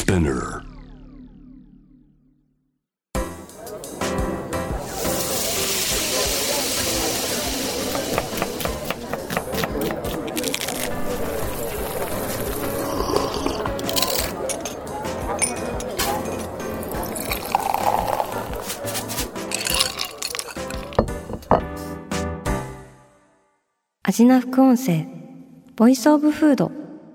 Spinner. アジナ副音声ボイスオブフード。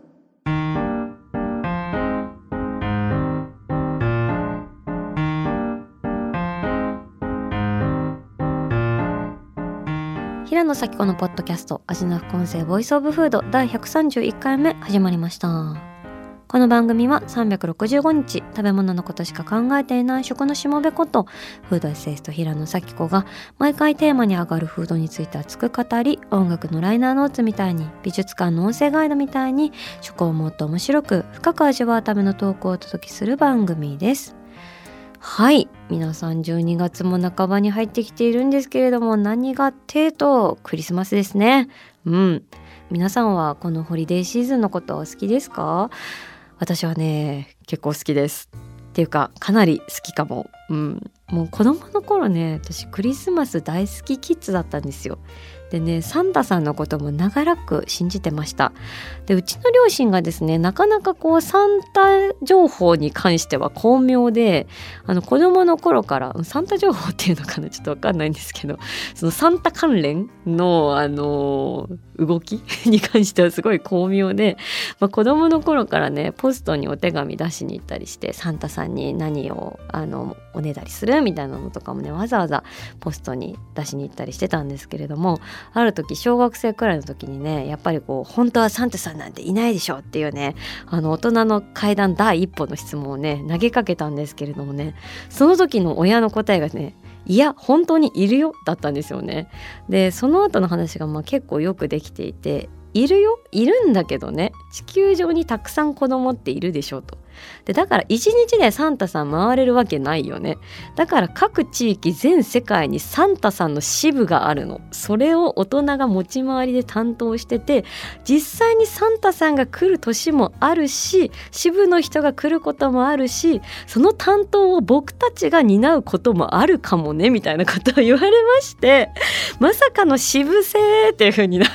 平野咲子のポッドキャストアジナ副音声ボイスオブフード第131回目始まりました。この番組は365日食べ物のことしか考えていない食のしもべことフードエッセイスト平野咲子が毎回テーマに上がるフードについて熱く語り、音楽のライナーノーツみたいに美術館の音声ガイドみたいに食をもっと面白く深く味わうためのトークをお届けする番組です。はい、皆さん12月も半ばに入ってきているんですけれども、何がってとクリスマスですね。皆さんはこのホリデーシーズンのことはお好きですか？私はね結構好きですっていうかかなり好きかも。もう子供の頃ね、私クリスマス大好きキッズだったんですよ。でね、サンタさんのことも長らく信じてました。でうちの両親がですね、なかなかサンタ情報に関しては巧妙で、子供の頃からサンタ情報っていうのかな、ちょっと分かんないんですけど、そのサンタ関連の動きに関してはすごい巧妙で、子供の頃からねポストにお手紙出しに行ったりして、サンタさんに何をおねだりするみたいなのとかもねわざわざポストに出しに行ったりしてたんですけれども、ある時小学生くらいの時にね、やっぱり本当はサンタさんなんていないでしょっていうね、大人の階段第一歩の質問をね投げかけたんですけれどもね、その時の親の答えがね、いや本当にいるよだったんですよね。でその後の話が結構よくできていて、いるよ、いるんだけどね、地球上にたくさん子供っているでしょと。でだから一日でサンタさん回れるわけないよね。だから各地域全世界にサンタさんの支部があるの。それを大人が持ち回りで担当してて、実際にサンタさんが来る年もあるし、支部の人が来ることもあるし、その担当を僕たちが担うこともあるかもねみたいなことを言われまして、まさかの支部制っていう風になって、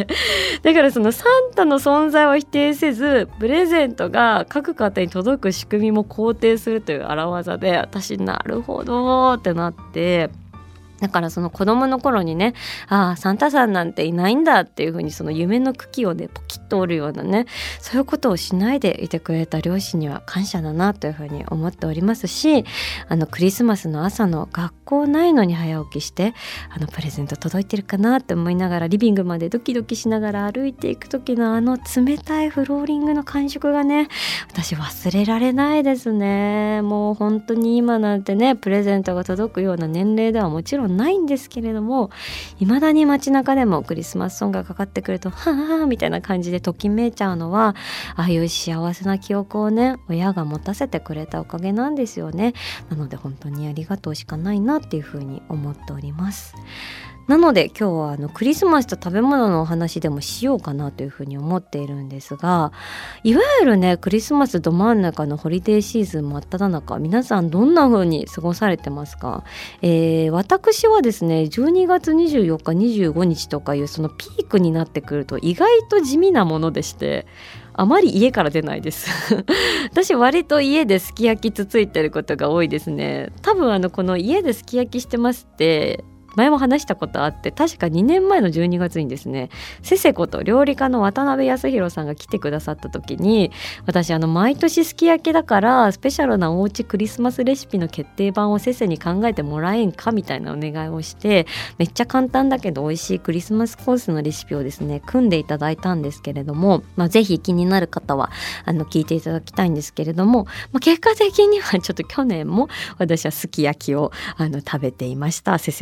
だからそのサンタの存在を否定せず、プレゼントが各家庭に届く仕組みも肯定するという荒技で、私なるほどってなって、だからその子供の頃にね、サンタさんなんていないんだっていう風にその夢の茎をねポキッと折るようなね、そういうことをしないでいてくれた両親には感謝だなという風に思っておりますし、クリスマスの朝の学校ないのに早起きしてプレゼント届いてるかなって思いながらリビングまでドキドキしながら歩いていく時の冷たいフローリングの感触がね、私忘れられないですね。もう本当に今なんてねプレゼントが届くような年齢ではもちろんないんですけれども、未だに街中でもクリスマスソングがかかってくるとはぁみたいな感じでときめいちゃうのは、ああいう幸せな記憶をね親が持たせてくれたおかげなんですよね。なので本当にありがとうしかないなっていうふうに思っております。なので今日はクリスマスと食べ物のお話でもしようかなというふうに思っているんですが、いわゆるねクリスマスど真ん中のホリデーシーズン真っ只中、皆さんどんな風に過ごされてますか？私はですね12月24日25日とかいうそのピークになってくると意外と地味なものでして、あまり家から出ないです私割と家ですき焼きつついてることが多いですね。多分この家ですき焼きしてますって前も話したことあって、確か2年前の12月にですね、せせこと料理家の渡辺康弘さんが来てくださった時に、私毎年すき焼きだからスペシャルなおうちクリスマスレシピの決定版をせせに考えてもらえんかみたいなお願いをして、めっちゃ簡単だけど美味しいクリスマスコースのレシピをですね組んでいただいたんですけれども、ぜひ気になる方は聞いていただきたいんですけれども、結果的にはちょっと去年も私はすき焼きを食べていました。せせすいません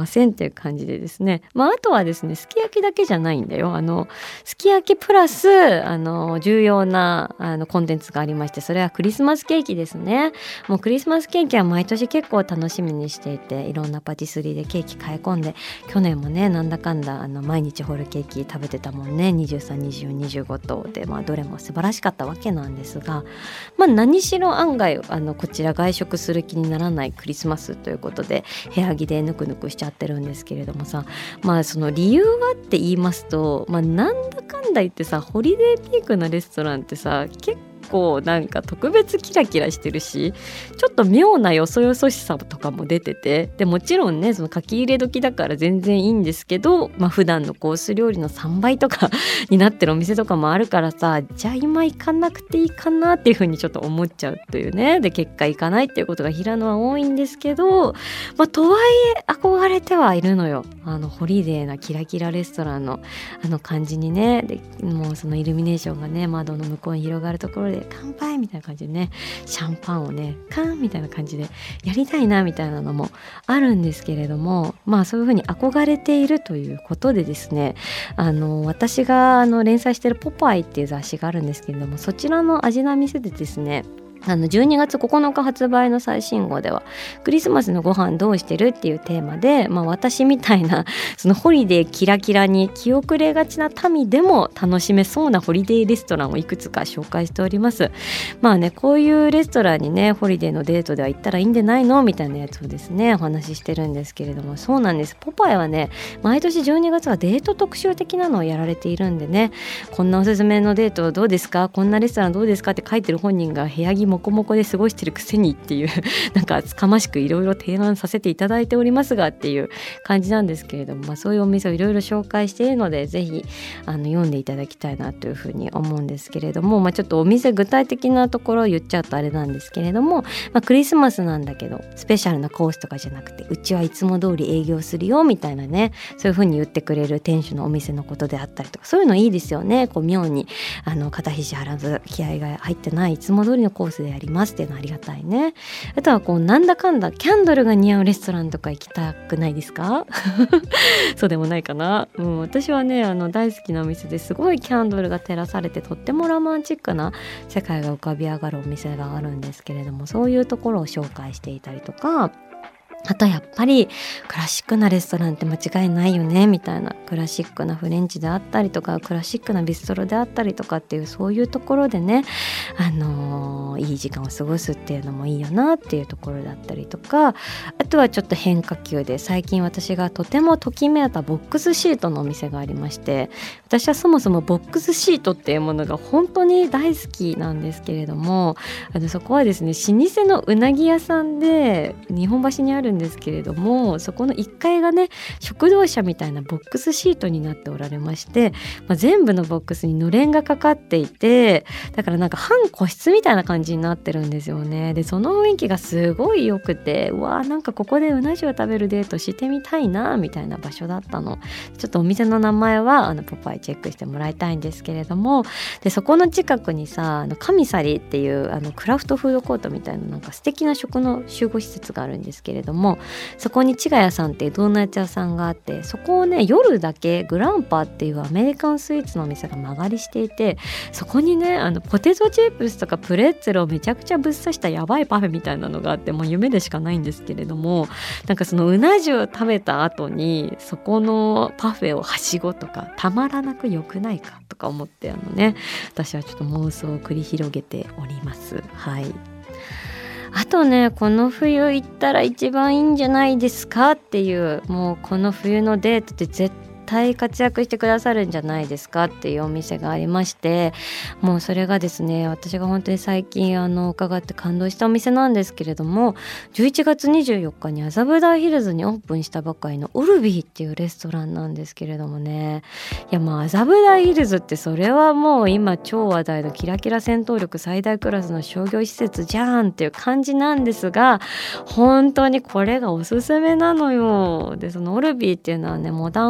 ませんっていう感じでですね、あとはですねすき焼きだけじゃないんだよ。すき焼きプラス重要なコンテンツがありまして、それはクリスマスケーキですね。もうクリスマスケーキは毎年結構楽しみにしていて、いろんなパティスリーでケーキ買い込んで、去年もねなんだかんだ毎日ホールケーキ食べてたもんね。23、24、25とで、どれも素晴らしかったわけなんですが、何しろ案外こちら外食する気にならないクリスマスということで部屋着でぬくぬくしちゃってるんですけれどもさ、その理由はって言いますと、なんだかんだ言ってさ、ホリデーピークのレストランってさ結構なんか特別キラキラしてるし、ちょっと妙なよそよそしさとかも出てて、でもちろんねその書き入れ時だから全然いいんですけど、普段のコース料理の3倍とかになってるお店とかもあるからさ、じゃあ今行かなくていいかなっていう風にちょっと思っちゃうというね。で結果行かないっていうことが平野は多いんですけど、とはいえ憧れてはいるのよ。ホリデーなキラキラレストランの感じにね。でもうそのイルミネーションがね窓の向こうに広がるところで乾杯みたいな感じでね、シャンパンをねカンみたいな感じでやりたいなみたいなのもあるんですけれども、そういうふうに憧れているということでですね、私が連載しているポパイっていう雑誌があるんですけれども、そちらの味な店でですね、12月9日発売の最新号ではクリスマスのご飯どうしてるっていうテーマで、私みたいなそのホリデーキラキラに気遅れがちな民でも楽しめそうなホリデーレストランをいくつか紹介しております。こういうレストランにねホリデーのデートでは行ったらいいんじゃないのみたいなやつをですねお話ししてるんですけれども、そうなんです。ポパイはね毎年12月はデート特集的なのをやられているんでね、こんなおすすめのデートどうですか、こんなレストランどうですかって書いてる本人が部屋着モコモコで過ごしてるくせにっていうなんか厚かましくいろいろ提案させていただいておりますがっていう感じなんですけれども、そういうお店をいろいろ紹介しているのでぜひ読んでいただきたいなというふうに思うんですけれども、ちょっとお店具体的なところを言っちゃうとあれなんですけれども、クリスマスなんだけどスペシャルなコースとかじゃなくてうちはいつも通り営業するよみたいなね、そういうふうに言ってくれる店主のお店のことであったりとか、そういうのいいですよね。こう妙に肩肘張らず気合が入ってないいつも通りのコースでやりますっていうのはありがたいね。あとはこうなんだかんだキャンドルが似合うレストランとか行きたくないですかそうでもないかな。私はね大好きなお店ですごいキャンドルが照らされてとってもロマンチックな世界が浮かび上がるお店があるんですけれども、そういうところを紹介していたりとか、あとやっぱりクラシックなレストランって間違いないよねみたいな、クラシックなフレンチであったりとかクラシックなビストロであったりとかっていう、そういうところでねいい時間を過ごすっていうのもいいよなっていうところだったりとか、あとはちょっと変化球で最近私がとてもときめいたボックスシートのお店がありまして、私はそもそもボックスシートっていうものが本当に大好きなんですけれども、そこはですね老舗のうなぎ屋さんで日本橋にあるんですけれども、そこの1階がね食堂車みたいなボックスシートになっておられまして、全部のボックスにのれんがかかっていて、だからなんか半個室みたいな感じになってるんですよね。でその雰囲気がすごい良くて、なんかここでうな重を食べるデートしてみたいなみたいな場所だったの。ちょっとお店の名前はポパイチェックしてもらいたいんですけれども、でそこの近くにさカミサリっていうクラフトフードコートみたいななんか素敵な食の集合施設があるんですけれども、そこにちがやさんっていうドーナツ屋さんがあって、そこをね夜だけグランパっていうアメリカンスイーツのお店が間借りしていて、そこにねポテトチップスとかプレッツェルをめちゃくちゃぶっ刺したやばいパフェみたいなのがあって、もう夢でしかないんですけれども、なんかそのうな重を食べた後にそこのパフェをはしごとかたまらなく良くないかとか思って私はちょっと妄想を繰り広げております。はい。あとねこの冬行ったら一番いいんじゃないですかっていう、もうこの冬のデートって絶対活躍してくださるんじゃないですかっていうお店がありまして、もうそれがですね私が本当に最近伺って感動したお店なんですけれども、11月24日に麻布台ヒルズにオープンしたばかりのオルビーっていうレストランなんですけれどもね、いや麻布台ヒルズってそれはもう今超話題のキラキラ戦闘力最大クラスの商業施設じゃんっていう感じなんですが、本当にこれがおすすめなのよ。でそのオルビーっていうのはねモダンフレンチ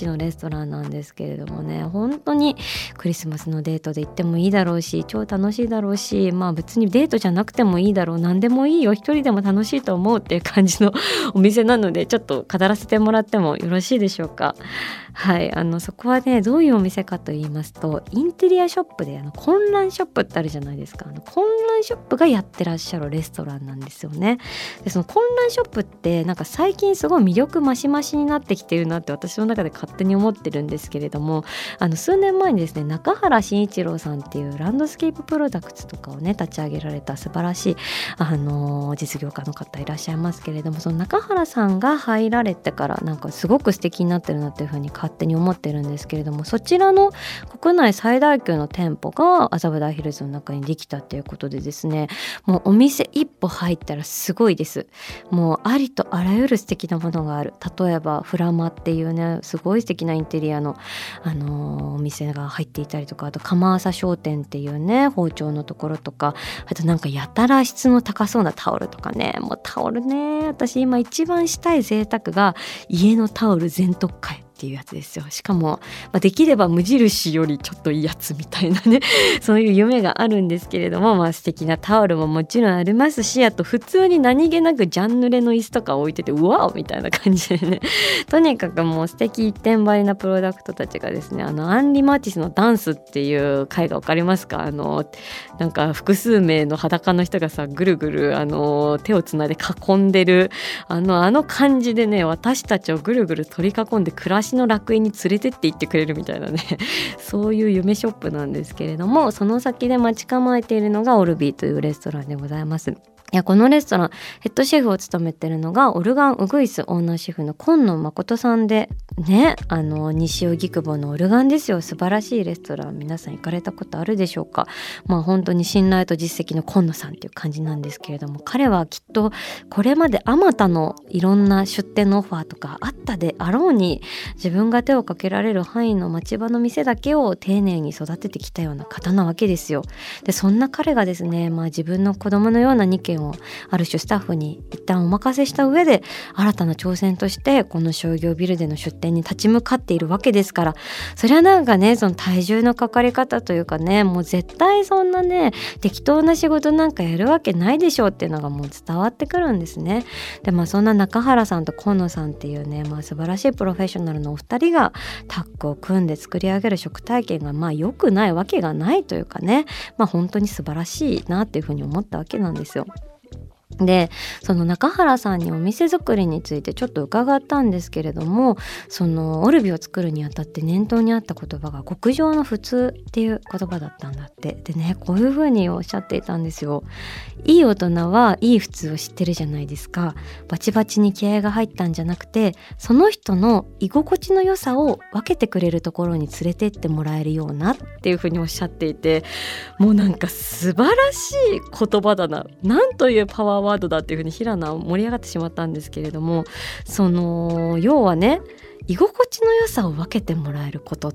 地のレストランなんですけれどもね、本当にクリスマスのデートで行ってもいいだろうし、超楽しいだろうし、別にデートじゃなくてもいいだろう、何でもいいよ、一人でも楽しいと思うっていう感じのお店なので、ちょっと語らせてもらってもよろしいでしょうか。はい、そこはね、どういうお店かと言いますと、インテリアショップで混乱ショップってあるじゃないですか。混乱ショップがやってらっしゃるレストランなんですよね。でその混乱ショップってなんか最近すごい魅力増し増しになってきてるなって私の中で勝手に思ってるんですけれども、数年前にですね、中原慎一郎さんっていうランドスケーププロダクツとかをね立ち上げられた素晴らしい実業家の方いらっしゃいますけれども、その中原さんが入られてからなんかすごく素敵になってるなっていうふうに勝手に思ってるんですけれども、そちらの国内最大級の店舗が麻布台ヒルズの中にできたっていうことでですね、もうお店一歩入ったらすごいです。もうありとあらゆる素敵なものがある。例えばフラマっていうねすごい素敵なインテリアの、お店が入っていたりとか、あと釜朝商店っていうね包丁のところとか、あとなんかやたら質の高そうなタオルとかね、もうタオルね、私今一番したい贅沢が家のタオル全特価っていうやつですよ。しかも、できれば無印よりちょっといいやつみたいなねそういう夢があるんですけれども、素敵なタオルももちろんありますし、あと普通に何気なくジャン濡れの椅子とか置いててうわーみたいな感じでねとにかくもう素敵一点張りなプロダクトたちがですね、アンリ・マーティスのダンスっていう回が分かりますか？なんか複数名の裸の人がさぐるぐる手をつないで囲んでるあの感じでね、私たちをぐるぐる取り囲んで暮らしの楽園に連れてって行ってくれるみたいなねそういう夢ショップなんですけれども、その先で待ち構えているのがオルビーというレストランでございます。いや、このレストランヘッドシェフを務めてるのがオルガンウグイスオーナーシェフの今野誠さんでね、西荻窪のオルガンですよ。素晴らしいレストラン、皆さん行かれたことあるでしょうか。本当に信頼と実績の今野さんっていう感じなんですけれども、彼はきっとこれまであまたのいろんな出店のオファーとかあったであろうに、自分が手をかけられる範囲の町場の店だけを丁寧に育ててきたような方なわけですよ。でそんな彼がですね、自分の子供のような2件をある種スタッフに一旦お任せした上で、新たな挑戦としてこの商業ビルでの出店に立ち向かっているわけですから、それはなんかね、その体重のかかり方というかね、もう絶対そんなね適当な仕事なんかやるわけないでしょうっていうのがもう伝わってくるんですね。でそんな中原さんと今野さんっていうね、素晴らしいプロフェッショナルのお二人がタッグを組んで作り上げる食体験が良くないわけがないというかね、本当に素晴らしいなっていうふうに思ったわけなんですよ。でその中原さんにお店作りについてちょっと伺ったんですけれども、そのオルビを作るにあたって念頭にあった言葉が極上の普通っていう言葉だったんだって。でね、こういう風におっしゃっていたんですよ。いい大人はいい普通を知ってるじゃないですか。バチバチに気合が入ったんじゃなくて、その人の居心地の良さを分けてくれるところに連れてってもらえるようなっていう風におっしゃっていて、もうなんか素晴らしい言葉だな、なんというパワーワードだっていう風に平野は盛り上がってしまったんですけれども、その要はね、居心地の良さを分けてもらえることって、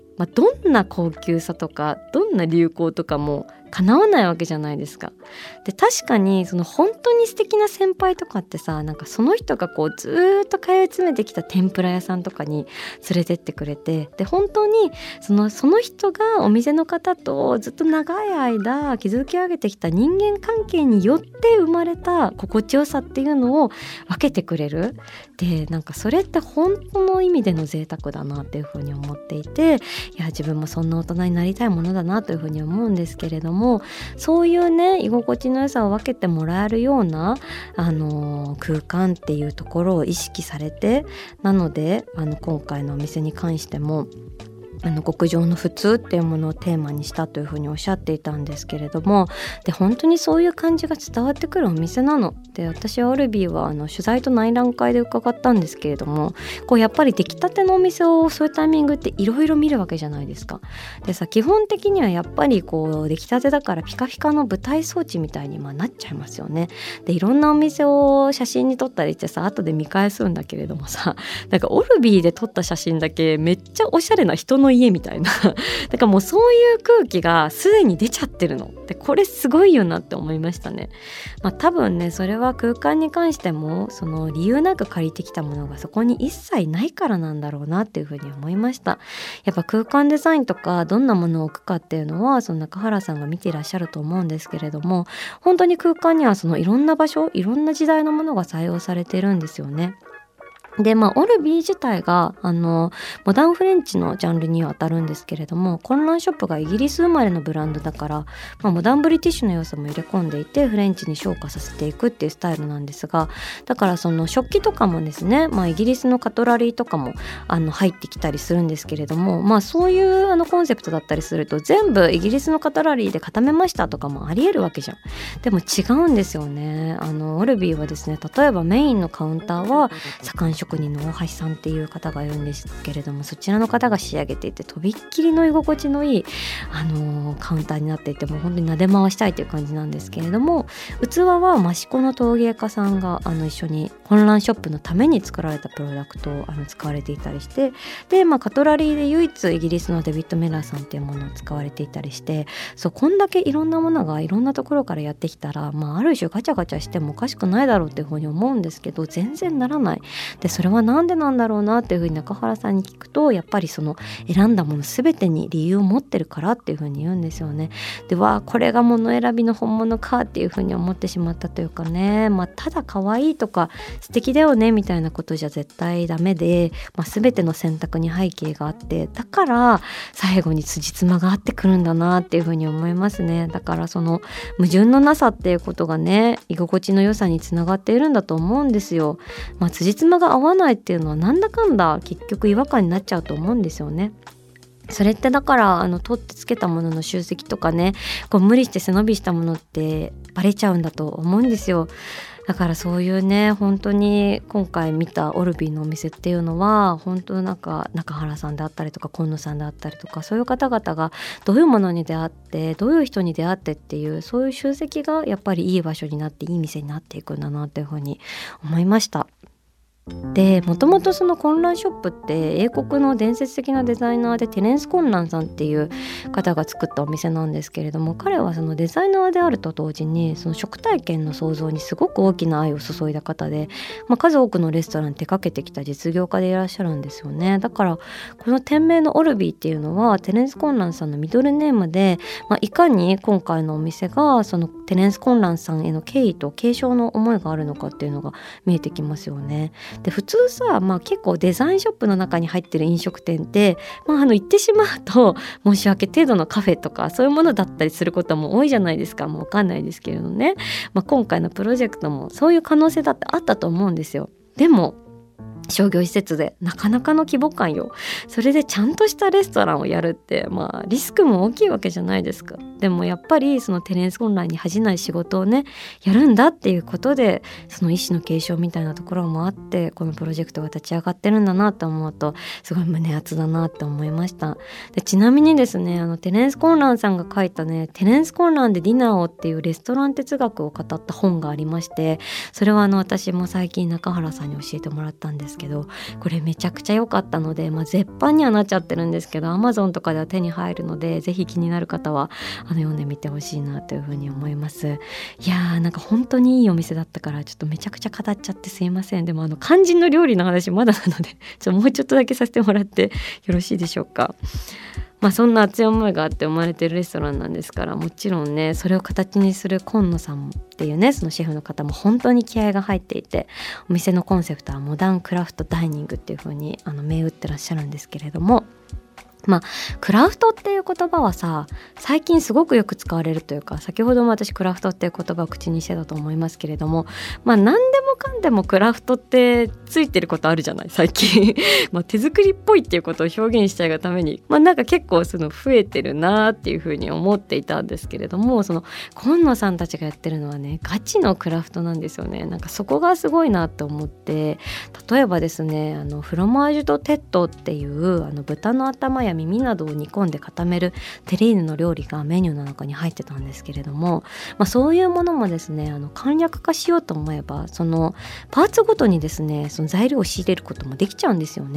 どんな高級さとかどんな流行とかも叶わないわけじゃないですか。で確かにその本当に素敵な先輩とかってさ、なんかその人がこうずっと通い詰めてきた天ぷら屋さんとかに連れてってくれて、で本当にその人がお店の方とずっと長い間築き上げてきた人間関係によって生まれた心地よさっていうのを分けてくれる。でなんかそれって本当の意味での贅沢だなっていうふうに思っていて、いや自分もそんな大人になりたいものだなというふうに思うんですけれども、そういうね居心地の良さを分けてもらえるような空間っていうところを意識されて、なので今回のお店に関しても極上の普通っていうものをテーマにしたというふうにおっしゃっていたんですけれども、で本当にそういう感じが伝わってくるお店なので、私はオルビーは取材と内覧会で伺ったんですけれども、こうやっぱり出来たてのお店をそういうタイミングっていろいろ見るわけじゃないですか。でさ、基本的にはやっぱりこう出来たてだからピカピカの舞台装置みたいになっちゃいますよね。でいろんなお店を写真に撮ったりしてさ、後で見返すんだけれどもさ、なんかオルビーで撮った写真だけめっちゃおしゃれな人のの家みたいなだからもうそういう空気がすでに出ちゃってるので、これすごいよなって思いましたね。多分ねそれは空間に関してもその理由なく借りてきたものがそこに一切ないからなんだろうなっていうふうに思いました。やっぱ空間デザインとかどんなものを置くかっていうのはその中原さんが見ていらっしゃると思うんですけれども、本当に空間にはそのいろんな場所いろんな時代のものが採用されているんですよね。でオルビー自体がモダンフレンチのジャンルには当たるんですけれども、混乱ショップがイギリス生まれのブランドだから、モダンブリティッシュの要素も入れ込んでいてフレンチに昇華させていくっていうスタイルなんですが、だからその食器とかもですね、イギリスのカトラリーとかも入ってきたりするんですけれども、そういうコンセプトだったりすると全部イギリスのカトラリーで固めましたとかもありえるわけじゃん。でも違うんですよね。オルビーはですね、例えばメインのカウンターは左官職人の大橋さんっていう方がいるんですけれども、そちらの方が仕上げていてとびっきりの居心地のいい、カウンターになっていて、もう本当に撫で回したいという感じなんですけれども、器は益子の陶芸家さんが一緒に混乱ショップのために作られたプロダクトを使われていたりして、で、カトラリーで唯一イギリスのデビッド・メラーさんっていうものを使われていたりして、そうこんだけいろんなものがいろんなところからやってきたら、ある種ガチャガチャしてもおかしくないだろうっていうふうに思うんですけど、全然ならない。でそれはなんでなんだろうなっていうふうに中原さんに聞くと、やっぱりその選んだもの全てに理由を持ってるからっていうふうに言うんですよね。でこれが物選びの本物かっていうふうに思ってしまったというかね、ただ可愛いとか素敵だよねみたいなことじゃ絶対ダメで、全ての選択に背景があって、だから最後に辻褄が合ってくるんだなっていうふうに思いますね。だからその矛盾のなさっていうことがね、居心地の良さにつながっているんだと思うんですよ。辻褄が合わないっていうのはなんだかんだ結局違和感になっちゃうと思うんですよね。それってだから取ってつけたものの集積とかね、無理して背伸びしたものってバレちゃうんだと思うんですよ。だからそういうね、本当に今回見たオルビーのお店っていうのは本当中原さんであったりとか今野さんであったりとか、そういう方々がどういうものに出会ってどういう人に出会ってっていう、そういう集積がやっぱりいい場所になっていい店になっていくんだなっていうふうに思いました。でもともとその混乱ショップって英国の伝説的なデザイナーでテレンス・コンランさんっていう方が作ったお店なんですけれども、彼はそのデザイナーであると同時にその食体験の創造にすごく大きな愛を注いだ方で、数多くのレストラン手掛けてきた実業家でいらっしゃるんですよね。だからこの店名のオルビーっていうのはテレンス・コンランさんのミドルネームで、いかに今回のお店がそのテレンス・コンランさんへの敬意と継承の思いがあるのかっていうのが見えてきますよね。で普通さ、結構デザインショップの中に入ってる飲食店って、言ってしまうと申し訳程度のカフェとかそういうものだったりすることも多いじゃないですか。もう分かんないですけれどね、今回のプロジェクトもそういう可能性だってあったと思うんですよ。でも商業施設でなかなかの規模感よ。それでちゃんとしたレストランをやるって、リスクも大きいわけじゃないですか。でもやっぱりそのテレンス・コンランに恥じない仕事をねやるんだっていうことで、その意思の継承みたいなところもあってこのプロジェクトが立ち上がってるんだなと思うと、すごい胸熱だなって思いました。でちなみにですね、テレンス・コンランさんが書いたね、テレンス・コンランでディナーをっていうレストラン哲学を語った本がありまして、それは私も最近中原さんに教えてもらったんですけど、これめちゃくちゃ良かったので、絶版にはなっちゃってるんですけど Amazon とかでは手に入るので、ぜひ気になる方は読んでみてほしいなというふうに思います。いやー、なんか本当にいいお店だったからちょっとめちゃくちゃ語っちゃってすいません。でも肝心の料理の話まだなのでもうちょっとだけさせてもらってよろしいでしょうか。そんな熱い思いがあって生まれてるレストランなんですから、もちろんねそれを形にする今野さんっていうね、そのシェフの方も本当に気合が入っていて、お店のコンセプトはモダンクラフトダイニングっていう風に銘打ってらっしゃるんですけれども、クラフトっていう言葉はさ最近すごくよく使われるというか、先ほども私クラフトっていう言葉を口にしてたと思いますけれども、何でもかんでもクラフトってついてることあるじゃない最近手作りっぽいっていうことを表現しちゃうがために、なんか結構その増えてるなっていうふうに思っていたんですけれども、その今野さんたちがやってるのはねガチのクラフトなんですよね。なんかそこがすごいなって思って、例えばですねフロマージュ・ド・テッドっていう豚の頭や耳などを煮込んで固めるテリーヌの料理がメニューの中に入ってたんですけれども、そういうものもですね簡略化しようと思えばそのパーツごとにですねその材料を仕入れることもできちゃうんですよね。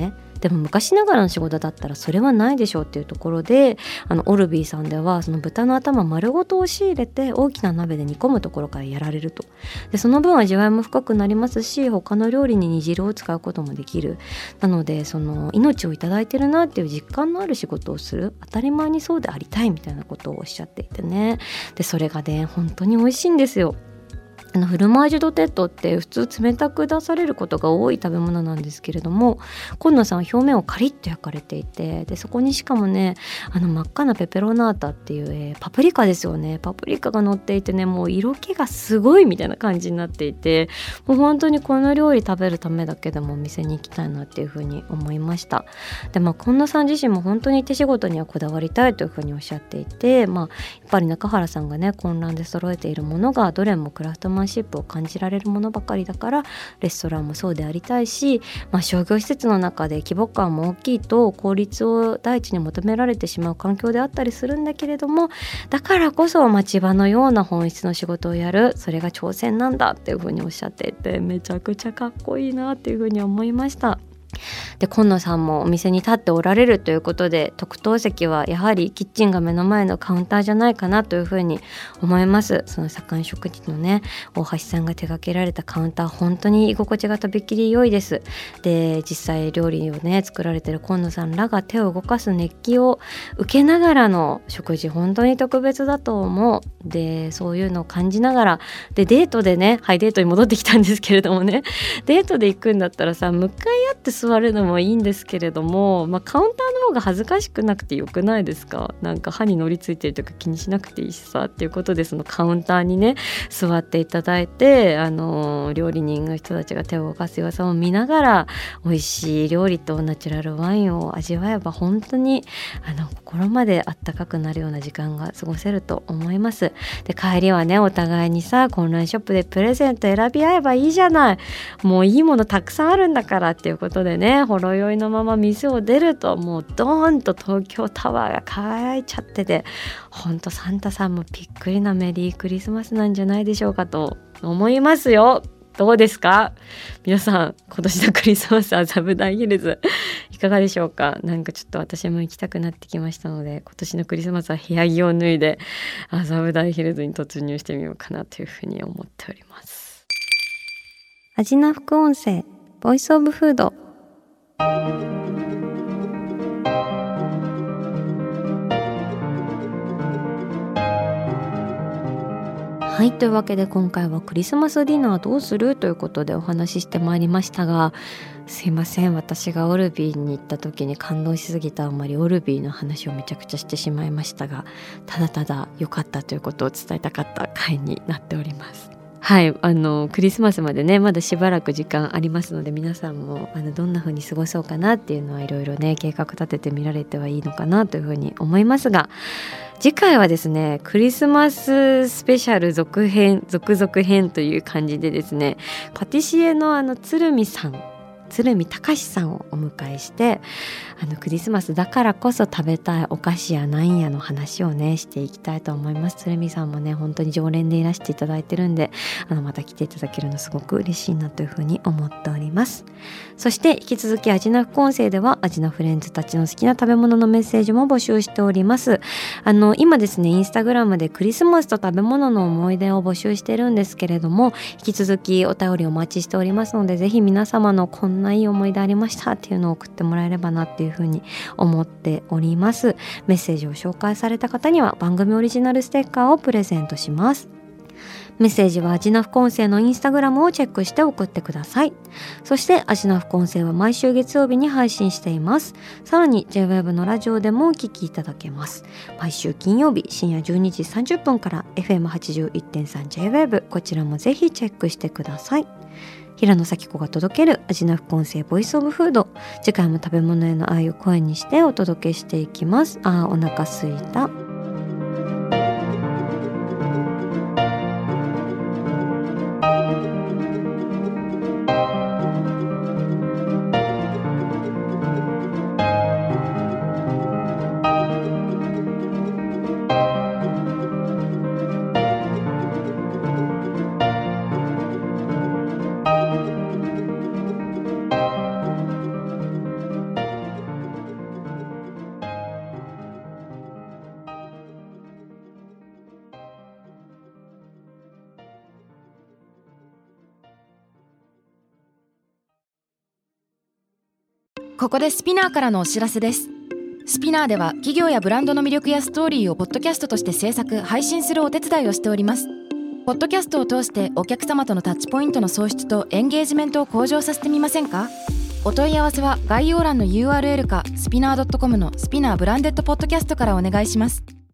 でも昔ながらの仕事だったらそれはないでしょうっていうところで、オルビーさんではその豚の頭丸ごと押し入れて大きな鍋で煮込むところからやられると。でその分味わいも深くなりますし、他の料理に煮汁を使うこともできる。なのでその命をいただいてるなっていう実感のある仕事をする、当たり前にそうでありたいみたいなことをおっしゃっていてね。でそれがね本当に美味しいんですよ。フルマージュドテッドって普通冷たく出されることが多い食べ物なんですけれども、今野さんは表面をカリッと焼かれていて、でそこにしかもね真っ赤なペペロナータっていう、パプリカですよね。パプリカが乗っていてね、もう色気がすごいみたいな感じになっていて、もう本当にこの料理食べるためだけでもお店に行きたいなっていうふうに思いました。で今野さん自身も本当に手仕事にはこだわりたいというふうにおっしゃっていて、やっぱり中原さんがね混乱で揃えているものがどれもクラフトマンシップを感じられるものばかりだから、レストランもそうでありたいし、商業施設の中で規模感も大きいと効率を第一に求められてしまう環境であったりするんだけれども、だからこそ町場のような本質の仕事をやる、それが挑戦なんだっていうふうにおっしゃっていて、めちゃくちゃかっこいいなっていうふうに思いました。で今野さんもお店に立っておられるということで、特等席はやはりキッチンが目の前のカウンターじゃないかなというふうに思います。その左官食事のね大橋さんが手掛けられたカウンター、本当に居心地がとびっきり良いです。で実際料理をね作られてる今野さんらが手を動かす熱気を受けながらの食事、本当に特別だと思う。でそういうのを感じながら、でデートでね、デートに戻ってきたんですけれどもね、デートで行くんだったらさ、向かい合って座るのもいいんですけれども、カウンターの方が恥ずかしくなくてよくないですか？なんか歯に乗りついてるとか気にしなくていいしさっていうことで、そのカウンターにね座っていただいて、料理人の人たちが手を動かす様子を見ながら美味しい料理とナチュラルワインを味わえば、本当に心まであったかくなるような時間が過ごせると思います。で帰りはねお互いにさ、オンラインショップでプレゼント選び合えばいいじゃない、もういいものたくさんあるんだからっていうことでね、ほろ酔いのまま店を出ると、もうドーンと東京タワーが輝いちゃってて、ほんとサンタさんもびっくりなメリークリスマスなんじゃないでしょうかと思いますよ。どうですか皆さん、今年のクリスマス麻布台ヒルズいかがでしょうか？なんかちょっと私も行きたくなってきましたので、今年のクリスマスは部屋着を脱いで麻布台ヒルズに突入してみようかなというふうに思っております。味な副音声ボイスオブフード。はい、というわけで今回はクリスマスディナーどうするということでお話ししてまいりましたが、すいません、私がオルビーに行った時に感動しすぎたあまりオルビーの話をめちゃくちゃしてしまいましたが、ただただ良かったということを伝えたかった回になっております。はい、クリスマスまでねまだしばらく時間ありますので、皆さんもどんな風に過ごそうかなっていうのはいろいろね計画立ててみられてはいいのかなというふうに思いますが、次回はですねクリスマススペシャル続々編という感じでですね、パティシエの鶴見隆さんをお迎えして、クリスマスだからこそ食べたいお菓子やなんやの話をねしていきたいと思います。鶴見さんもね本当に常連でいらしていただいてるんで、また来ていただけるのすごく嬉しいなというふうに思っております。そして引き続き味な副音声では味なフレンズたちの好きな食べ物のメッセージも募集しております。今ですねインスタグラムでクリスマスと食べ物の思い出を募集してるんですけれども、引き続きお便りお待ちしておりますので、ぜひ皆様のこんないい思い出ありましたっていうのを送ってもらえればなっていうふうに思っております。メッセージを紹介された方には番組オリジナルステッカーをプレゼントします。メッセージは味な副音声のインスタグラムをチェックして送ってください。そして味な副音声は毎週月曜日に配信しています。さらに J-Wave のラジオでもお聞きいただけます。毎週金曜日深夜12時30分から FM81.3 J-Wave、 こちらもぜひチェックしてください。平野咲子が届ける味な副音声ボイスオブフード、次回も食べ物への愛を声にしてお届けしていきます。お腹すいた。 ここでスピナーからのお知らせです。スピナーでは企業やブランドの魅力やストーリーをポッドキャストとして制作・配信するお手伝いをしております。ポッドキャストを通してお客様とのタッチポイントの創出とエンゲージメントを向上させてみませんか？お問い合わせは概要欄の URL かスピナー .com のスピナーブランデッドポッドキャストからお願いします。